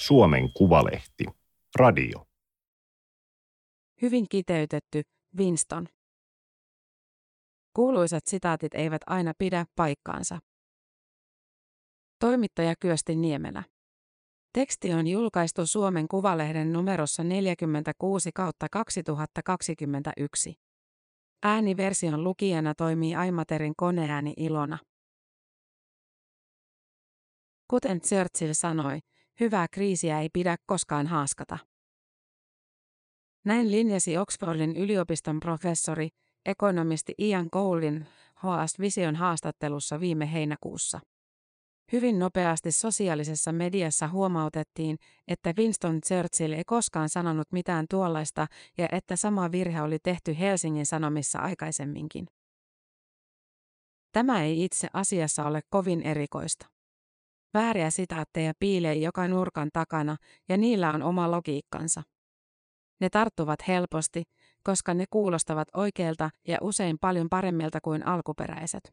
Suomen Kuvalehti. Radio. Hyvin kiteytetty, Winston. Kuuluisat sitaatit eivät aina pidä paikkaansa. Toimittaja Kyösti Niemelä. Teksti on julkaistu Suomen Kuvalehden numerossa 46/2021. Ääniversion lukijana toimii Aimaterin koneääni Ilona. Kuten Churchill sanoi, hyvää kriisiä ei pidä koskaan haaskata. Näin linjasi Oxfordin yliopiston professori, ekonomisti Ian Cowlin HS Vision haastattelussa viime heinäkuussa. Hyvin nopeasti sosiaalisessa mediassa huomautettiin, että Winston Churchill ei koskaan sanonut mitään tuollaista ja että sama virhe oli tehty Helsingin Sanomissa aikaisemminkin. Tämä ei itse asiassa ole kovin erikoista. Vääriä sitaatteja piilee joka nurkan takana ja niillä on oma logiikkansa. Ne tarttuvat helposti, koska ne kuulostavat oikeilta ja usein paljon paremmilta kuin alkuperäiset.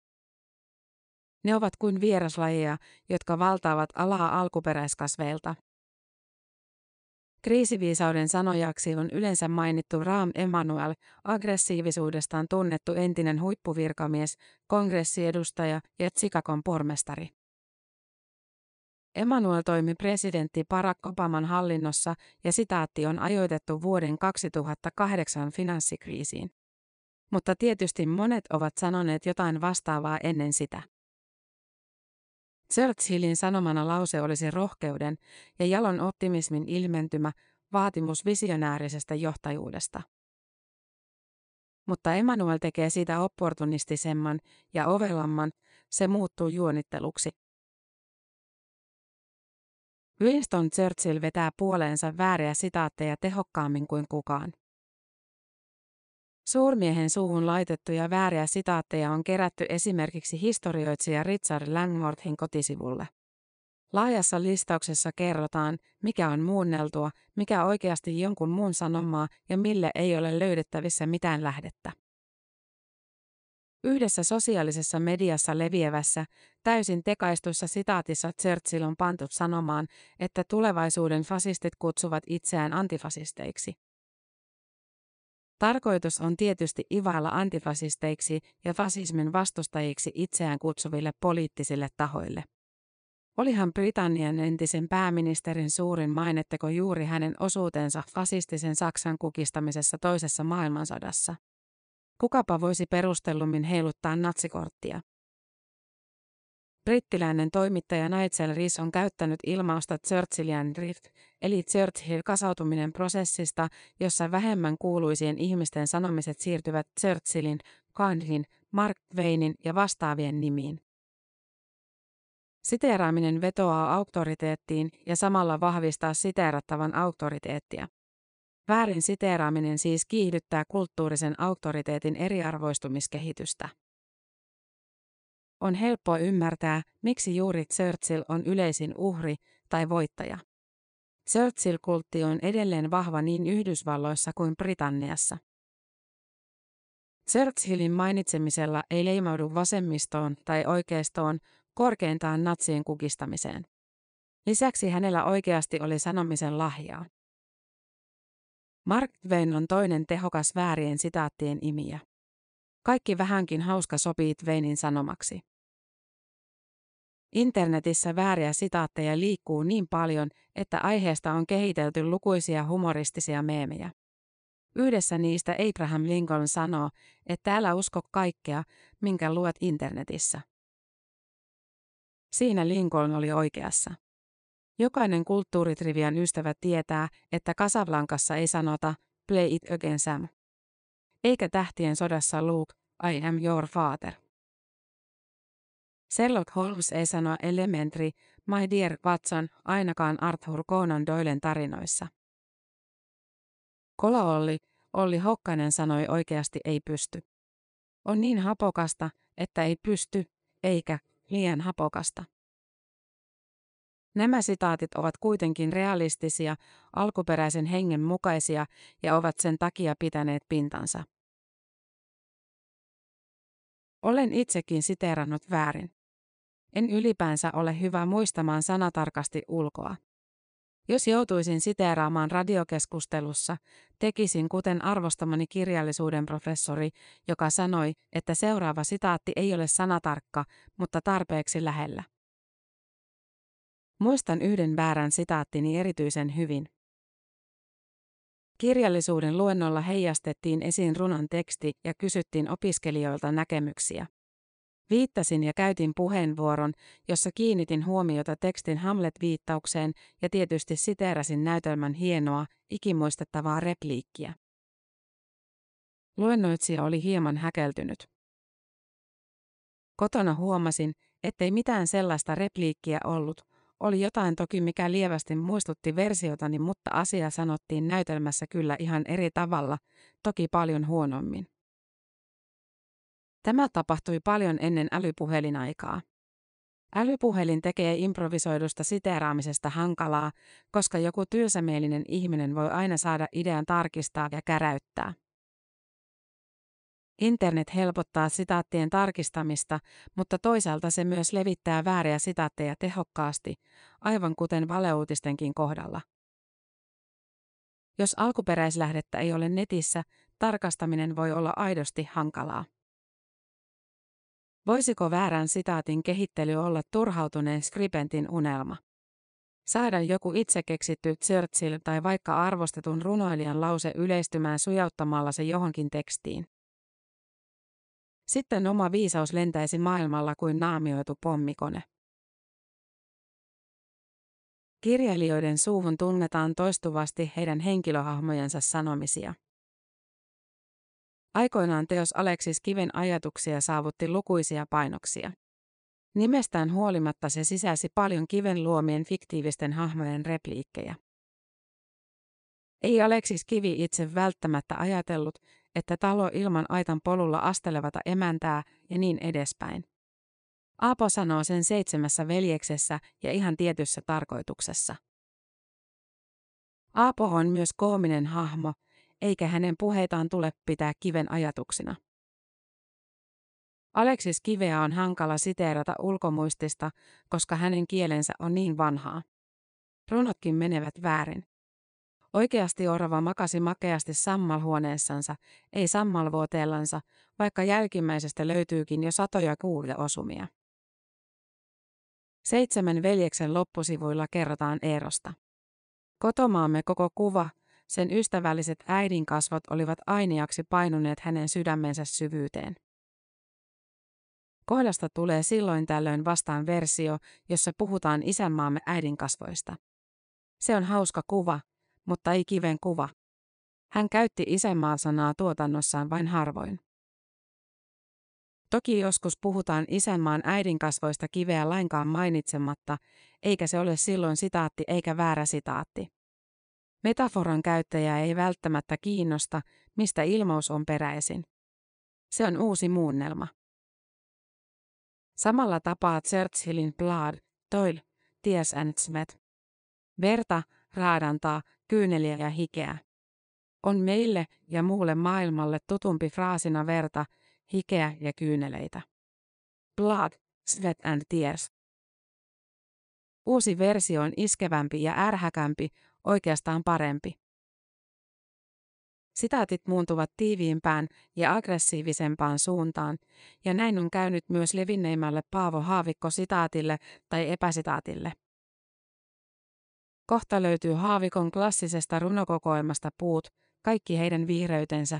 Ne ovat kuin vieraslajeja, jotka valtaavat alaa alkuperäiskasveilta. Kriisiviisauden sanojaksi on yleensä mainittu Rahm Emanuel, aggressiivisuudestaan tunnettu entinen huippuvirkamies, kongressiedustaja ja Chicagon pormestari. Emanuel toimi presidentti Barack Obaman hallinnossa ja sitaatti on ajoitettu vuoden 2008 finanssikriisiin. Mutta tietysti monet ovat sanoneet jotain vastaavaa ennen sitä. Churchillin sanomana lause olisi rohkeuden ja jalon optimismin ilmentymä, vaatimus visionäärisestä johtajuudesta. Mutta Emanuel tekee siitä opportunistisemman ja ovelamman, se muuttuu juonitteluksi. Winston Churchill vetää puoleensa vääriä sitaatteja tehokkaammin kuin kukaan. Suurmiehen suuhun laitettuja vääriä sitaatteja on kerätty esimerkiksi historioitsija Richard Langworthin kotisivulle. Laajassa listauksessa kerrotaan, mikä on muunneltua, mikä oikeasti jonkun muun sanomaa ja mille ei ole löydettävissä mitään lähdettä. Yhdessä sosiaalisessa mediassa leviävässä, täysin tekaistussa sitaatissa Churchill on pantu sanomaan, että tulevaisuuden fasistit kutsuvat itseään antifasisteiksi. Tarkoitus on tietysti ivailla antifasisteiksi ja fasismin vastustajiksi itseään kutsuville poliittisille tahoille. Olihan Britannian entisen pääministerin suurin mainetteko juuri hänen osuutensa fasistisen Saksan kukistamisessa toisessa maailmansodassa. Kukapa voisi perustellummin heiluttaa natsikorttia. Brittiläinen toimittaja Nigel Rees on käyttänyt ilmausta Churchillian drift, eli Churchill-kasautuminen prosessista, jossa vähemmän kuuluisien ihmisten sanomiset siirtyvät Churchillin, Gandhin, Mark Twainin ja vastaavien nimiin. Siteeraaminen vetoaa auktoriteettiin ja samalla vahvistaa siteerattavan auktoriteettia. Väärin siteeraaminen siis kiihdyttää kulttuurisen auktoriteetin eriarvoistumiskehitystä. On helppo ymmärtää, miksi juuri Churchill on yleisin uhri tai voittaja. Churchill-kultti on edelleen vahva niin Yhdysvalloissa kuin Britanniassa. Churchillin mainitsemisella ei leimaudu vasemmistoon tai oikeistoon, korkeintaan natsien kukistamiseen. Lisäksi hänellä oikeasti oli sanomisen lahjaa. Mark Twain on toinen tehokas väärien sitaattien imijä. Kaikki vähänkin hauska sopii Twainin sanomaksi. Internetissä vääriä sitaatteja liikkuu niin paljon, että aiheesta on kehitelty lukuisia humoristisia meemejä. Yhdessä niistä Abraham Lincoln sanoo, että älä usko kaikkea, minkä luet internetissä. Siinä Lincoln oli oikeassa. Jokainen kulttuuritrivian ystävä tietää, että Casablancassa ei sanota play it again Sam. Eikä Tähtien sodassa Luke, I am your father. Sherlock Holmes ei sano Elementary, my dear Watson, ainakaan Arthur Conan Doylen tarinoissa. Olli Hokkanen sanoi oikeasti ei pysty. On niin hapokasta, että ei pysty, eikä liian hapokasta. Nämä sitaatit ovat kuitenkin realistisia, alkuperäisen hengen mukaisia ja ovat sen takia pitäneet pintansa. Olen itsekin siteerannut väärin. En ylipäänsä ole hyvä muistamaan sanatarkasti ulkoa. Jos joutuisin siteeraamaan radiokeskustelussa, tekisin kuten arvostamani kirjallisuuden professori, joka sanoi, että seuraava sitaatti ei ole sanatarkka, mutta tarpeeksi lähellä. Muistan yhden väärän sitaattini erityisen hyvin. Kirjallisuuden luennolla heijastettiin esiin runon teksti ja kysyttiin opiskelijoilta näkemyksiä. Viittasin ja käytin puheenvuoron, jossa kiinnitin huomiota tekstin Hamlet-viittaukseen ja tietysti siteerasin näytelmän hienoa, ikimuistettavaa repliikkiä. Luennoitsija oli hieman häkeltynyt. Kotona huomasin, ettei mitään sellaista repliikkiä ollut. Oli jotain toki, mikä lievästi muistutti versiotani, mutta asia sanottiin näytelmässä kyllä ihan eri tavalla, toki paljon huonommin. Tämä tapahtui paljon ennen älypuhelinaikaa. Älypuhelin tekee improvisoidusta siteeraamisesta hankalaa, koska joku tylsämielinen ihminen voi aina saada idean tarkistaa ja käräyttää. Internet helpottaa sitaattien tarkistamista, mutta toisaalta se myös levittää vääriä sitaatteja tehokkaasti, aivan kuten valeuutistenkin kohdalla. Jos alkuperäislähdettä ei ole netissä, tarkastaminen voi olla aidosti hankalaa. Voisiko väärän sitaatin kehittely olla turhautuneen skribentin unelma? Saada joku itse keksitty Churchill tai vaikka arvostetun runoilijan lause yleistymään sujauttamalla se johonkin tekstiin. Sitten oma viisaus lentäisi maailmalla kuin naamioitu pommikone. Kirjailijoiden suuhun tunnetaan toistuvasti heidän henkilöhahmojensa sanomisia. Aikoinaan teos Aleksis Kiven ajatuksia saavutti lukuisia painoksia. Nimestään huolimatta se sisälsi paljon Kiven luomien fiktiivisten hahmojen repliikkejä. Ei Aleksis Kivi itse välttämättä ajatellut, että talo ilman aitan polulla astelevata emäntää ja niin edespäin. Aapo sanoo sen 7 veljeksessä ja ihan tietyssä tarkoituksessa. Aapo on myös koominen hahmo, eikä hänen puheitaan tule pitää Kiven ajatuksina. Aleksis Kiveä on hankala siteerata ulkomuistista, koska hänen kielensä on niin vanhaa. Runotkin menevät väärin. Oikeasti orava makasi makeasti sammalhuoneessansa, ei sammalvuoteellansa, vaikka jälkimmäisestä löytyykin jo satoja kuuleosumia. 7 veljeksen loppusivuilla kerrotaan Eerosta. Kotomaamme koko kuva, sen ystävälliset äidinkasvot olivat ainiaksi painuneet hänen sydämensä syvyyteen. Kohdasta tulee silloin tällöin vastaan versio, jossa puhutaan isänmaamme äidinkasvoista. Se on hauska kuva, mutta ei Kiven kuva. Hän käytti isänmaa-sanaa tuotannossaan vain harvoin. Toki joskus puhutaan isänmaan äidinkasvoista Kiveä lainkaan mainitsematta, eikä se ole silloin sitaatti eikä väärä sitaatti. Metaforan käyttäjää ei välttämättä kiinnosta, mistä ilmaus on peräisin. Se on uusi muunnelma. Samalla tapaa Churchillin blood, toil, tears and sweat. Verta, raadantaa, kyyneliä ja hikeä. On meille ja muulle maailmalle tutumpi fraasina verta, hikeä ja kyyneleitä. Blood, sweat and tears. Uusi versio on iskevämpi ja ärhäkämpi, oikeastaan parempi. Sitaatit muuntuvat tiiviimpään ja aggressiivisempaan suuntaan, ja näin on käynyt myös levinneimmälle Paavo Haavikko-sitaatille tai epäsitaatille. Kohta löytyy Haavikon klassisesta runokokoelmasta Puut, kaikki heidän vihreytensä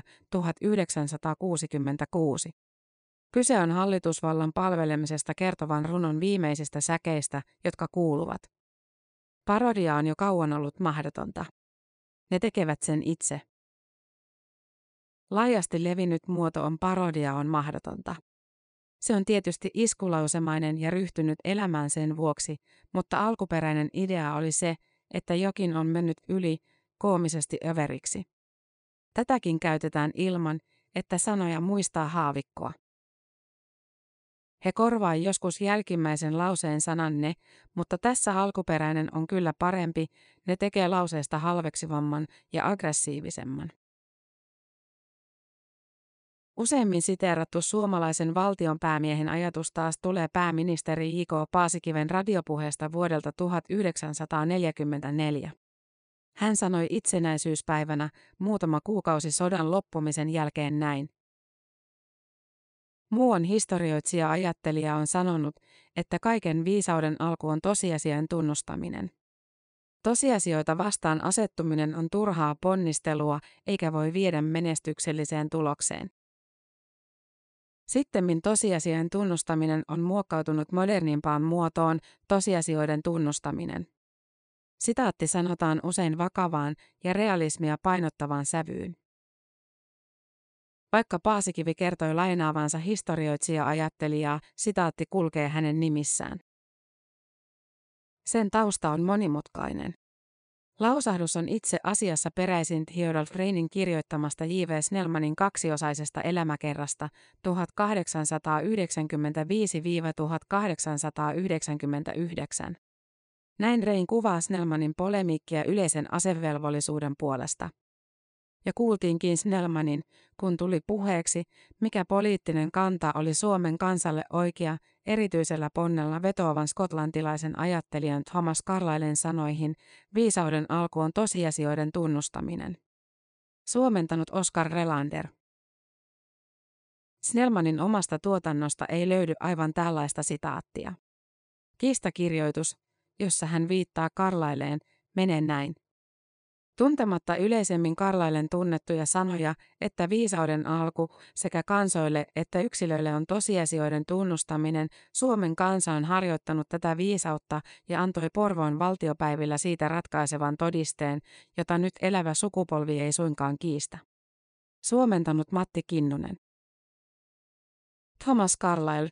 1966. Kyse on hallitusvallan palvelemisesta kertovan runon viimeisistä säkeistä, jotka kuuluvat. Parodia on jo kauan ollut mahdotonta. Ne tekevät sen itse. Laajasti levinnyt muoto on parodia on mahdotonta. Se on tietysti iskulausemainen ja ryhtynyt elämään sen vuoksi, mutta alkuperäinen idea oli se, että jokin on mennyt yli, koomisesti överiksi. Tätäkin käytetään ilman, että sanoja muistaa Haavikkoa. He korvaa joskus jälkimmäisen lauseen sanan ne, mutta tässä alkuperäinen on kyllä parempi, ne tekee lauseesta halveksivamman ja aggressiivisemman. Useimmin siteerattu suomalaisen valtionpäämiehen ajatus taas tulee pääministeri J.K. Paasikiven radiopuheesta vuodelta 1944. Hän sanoi itsenäisyyspäivänä muutama kuukausi sodan loppumisen jälkeen näin. Muuan historioitsija-ajattelija on sanonut, että kaiken viisauden alku on tosiasian tunnustaminen. Tosiasioita vastaan asettuminen on turhaa ponnistelua eikä voi viedä menestykselliseen tulokseen. Sittemmin tosiasian tunnustaminen on muokkautunut modernimpaan muotoon, tosiasioiden tunnustaminen. Sitaatti sanotaan usein vakavaan ja realismia painottavaan sävyyn. Vaikka Paasikivi kertoi lainaavansa historioitsija-ajattelijaa, sitaatti kulkee hänen nimissään. Sen tausta on monimutkainen. Lausahdus on itse asiassa peräisin Theodor Freinin kirjoittamasta J.V. Snellmanin kaksiosaisesta elämäkerrasta 1895–1899. Näin Rein kuvaa Snellmanin polemiikkia yleisen asevelvollisuuden puolesta. Ja kuultiinkin Snellmanin, kun tuli puheeksi, mikä poliittinen kanta oli Suomen kansalle oikea, erityisellä ponnella vetoavan skotlantilaisen ajattelijan Thomas Carlylen sanoihin, viisauden alku on tosiasioiden tunnustaminen. Suomentanut Oscar Relander. Snellmanin omasta tuotannosta ei löydy aivan tällaista sitaattia. Kiistakirjoitus, jossa hän viittaa Carlyleen, menee näin. Tuntematta yleisemmin Carlylen tunnettuja sanoja, että viisauden alku sekä kansoille että yksilöille on tosiasioiden tunnustaminen, Suomen kansa on harjoittanut tätä viisautta ja antoi Porvoon valtiopäivillä siitä ratkaisevan todisteen, jota nyt elävä sukupolvi ei suinkaan kiistä. Suomentanut Matti Kinnunen. Thomas Carlyle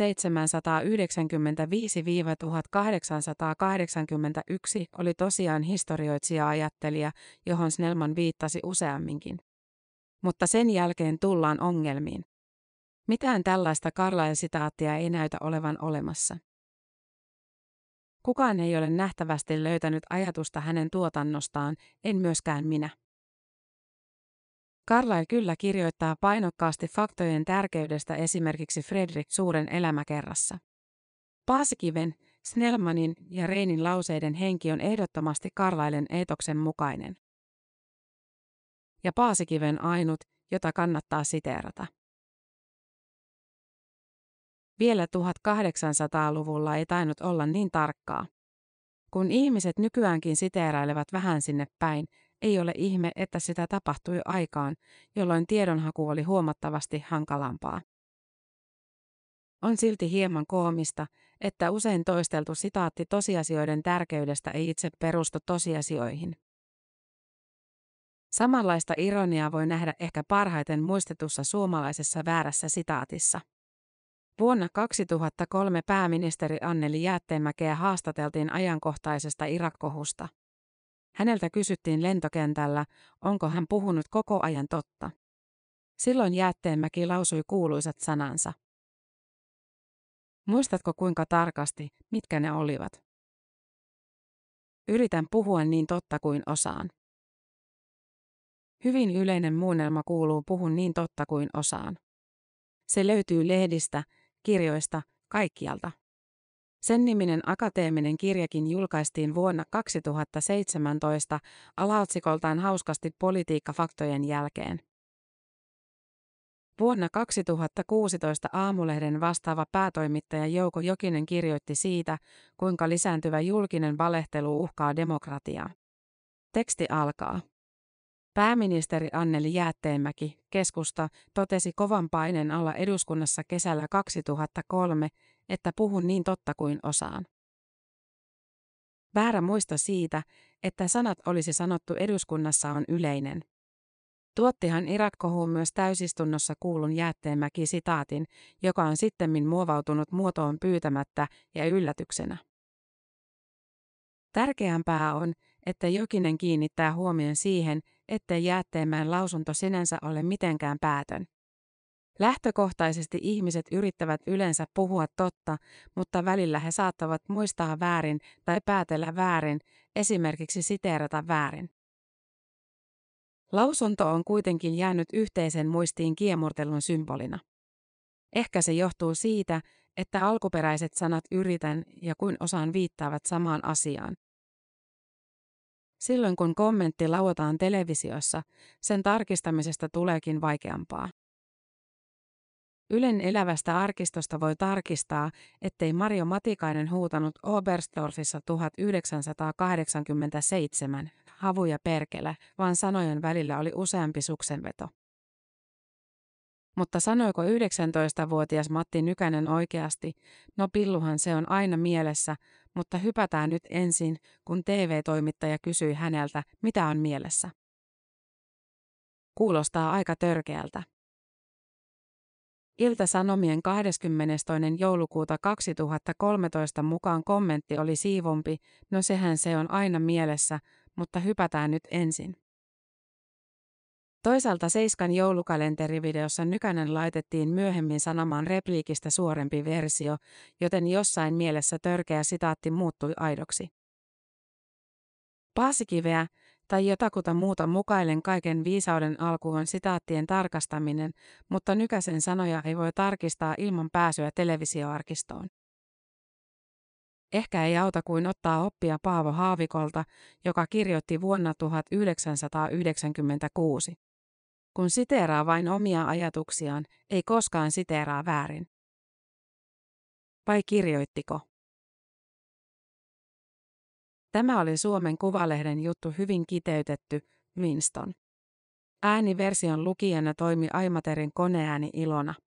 1795–1881 oli tosiaan historioitsija-ajattelija, johon Snellman viittasi useamminkin. Mutta sen jälkeen tullaan ongelmiin. Mitään tällaista Carlyle-sitaattia ei näytä olevan olemassa. Kukaan ei ole nähtävästi löytänyt ajatusta hänen tuotannostaan, en myöskään minä. Carlyle kyllä kirjoittaa painokkaasti faktojen tärkeydestä esimerkiksi Fredrik Suuren elämäkerrassa. Paasikiven, Snellmanin ja Reinin lauseiden henki on ehdottomasti Carlylen eetoksen mukainen. Ja Paasikiven ainut, jota kannattaa siteerata. Vielä 1800-luvulla ei tainnut olla niin tarkkaa. Kun ihmiset nykyäänkin siteerailevat vähän sinne päin, ei ole ihme, että sitä tapahtui aikaan, jolloin tiedonhaku oli huomattavasti hankalampaa. On silti hieman koomista, että usein toisteltu sitaatti tosiasioiden tärkeydestä ei itse perustu tosiasioihin. Samanlaista ironiaa voi nähdä ehkä parhaiten muistetussa suomalaisessa väärässä sitaatissa. Vuonna 2003 pääministeri Anneli Jäätteenmäkeä haastateltiin ajankohtaisesta Irak-kohusta. Häneltä kysyttiin lentokentällä, onko hän puhunut koko ajan totta. Silloin Jäätteenmäki lausui kuuluisat sanansa. Muistatko kuinka tarkasti, mitkä ne olivat? Yritän puhua niin totta kuin osaan. Hyvin yleinen muunnelma kuuluu puhun niin totta kuin osaan. Se löytyy lehdistä, kirjoista, kaikkialta. Sen niminen akateeminen kirjakin julkaistiin vuonna 2017 alaotsikoltaan hauskasti politiikkafaktojen jälkeen. Vuonna 2016 Aamulehden vastaava päätoimittaja Jouko Jokinen kirjoitti siitä, kuinka lisääntyvä julkinen valehtelu uhkaa demokratiaa. Teksti alkaa. Pääministeri Anneli Jäätteenmäki, keskusta, totesi kovan paineen alla eduskunnassa kesällä 2003, että puhun niin totta kuin osaan. Väärä muisto siitä, että sanat olisi sanottu eduskunnassa on yleinen. Tuottihan Irak-kohuun myös täysistunnossa kuulun Jäätteenmäki-sitaatin, joka on sittemmin muovautunut muotoon pyytämättä ja yllätyksenä. Tärkeämpää on, että Jokinen kiinnittää huomion siihen, ettei Jäätteenmäen lausunto sinänsä ole mitenkään päätön. Lähtökohtaisesti ihmiset yrittävät yleensä puhua totta, mutta välillä he saattavat muistaa väärin tai päätellä väärin, esimerkiksi siteerata väärin. Lausunto on kuitenkin jäänyt yhteisen muistiin kiemurtelun symbolina. Ehkä se johtuu siitä, että alkuperäiset sanat yritän ja kuin osaan viittaavat samaan asiaan. Silloin kun kommentti lauataan televisiossa, sen tarkistamisesta tuleekin vaikeampaa. Ylen elävästä arkistosta voi tarkistaa, ettei Marjo Matikainen huutanut Oberstdorfissa 1987, havuja perkele, vaan sanojen välillä oli useampi suksenveto. Mutta sanoiko 19-vuotias Matti Nykänen oikeasti, no pilluhan se on aina mielessä, mutta hypätään nyt ensin, kun TV-toimittaja kysyi häneltä, mitä on mielessä. Kuulostaa aika törkeältä. Ilta-Sanomien 22. joulukuuta 2013 mukaan kommentti oli siivompi, no sehän se on aina mielessä, mutta hypätään nyt ensin. Toisaalta Seiskan joulukalenterivideossa Nykänen laitettiin myöhemmin sanomaan repliikistä suorempi versio, joten jossain mielessä törkeä sitaatti muuttui aidoksi. Paasikiveä tai jotakuta muuta mukaillen kaiken viisauden alku on sitaattien tarkastaminen, mutta Nykäsen sanoja ei voi tarkistaa ilman pääsyä televisioarkistoon. Ehkä ei auta kuin ottaa oppia Paavo Haavikolta, joka kirjoitti vuonna 1996. Kun siteeraa vain omia ajatuksiaan, ei koskaan siteeraa väärin. Vai kirjoittiko? Tämä oli Suomen Kuvalehden juttu hyvin kiteytetty, Winston. Ääniversion lukijana toimi Aimaterin koneääni Ilona.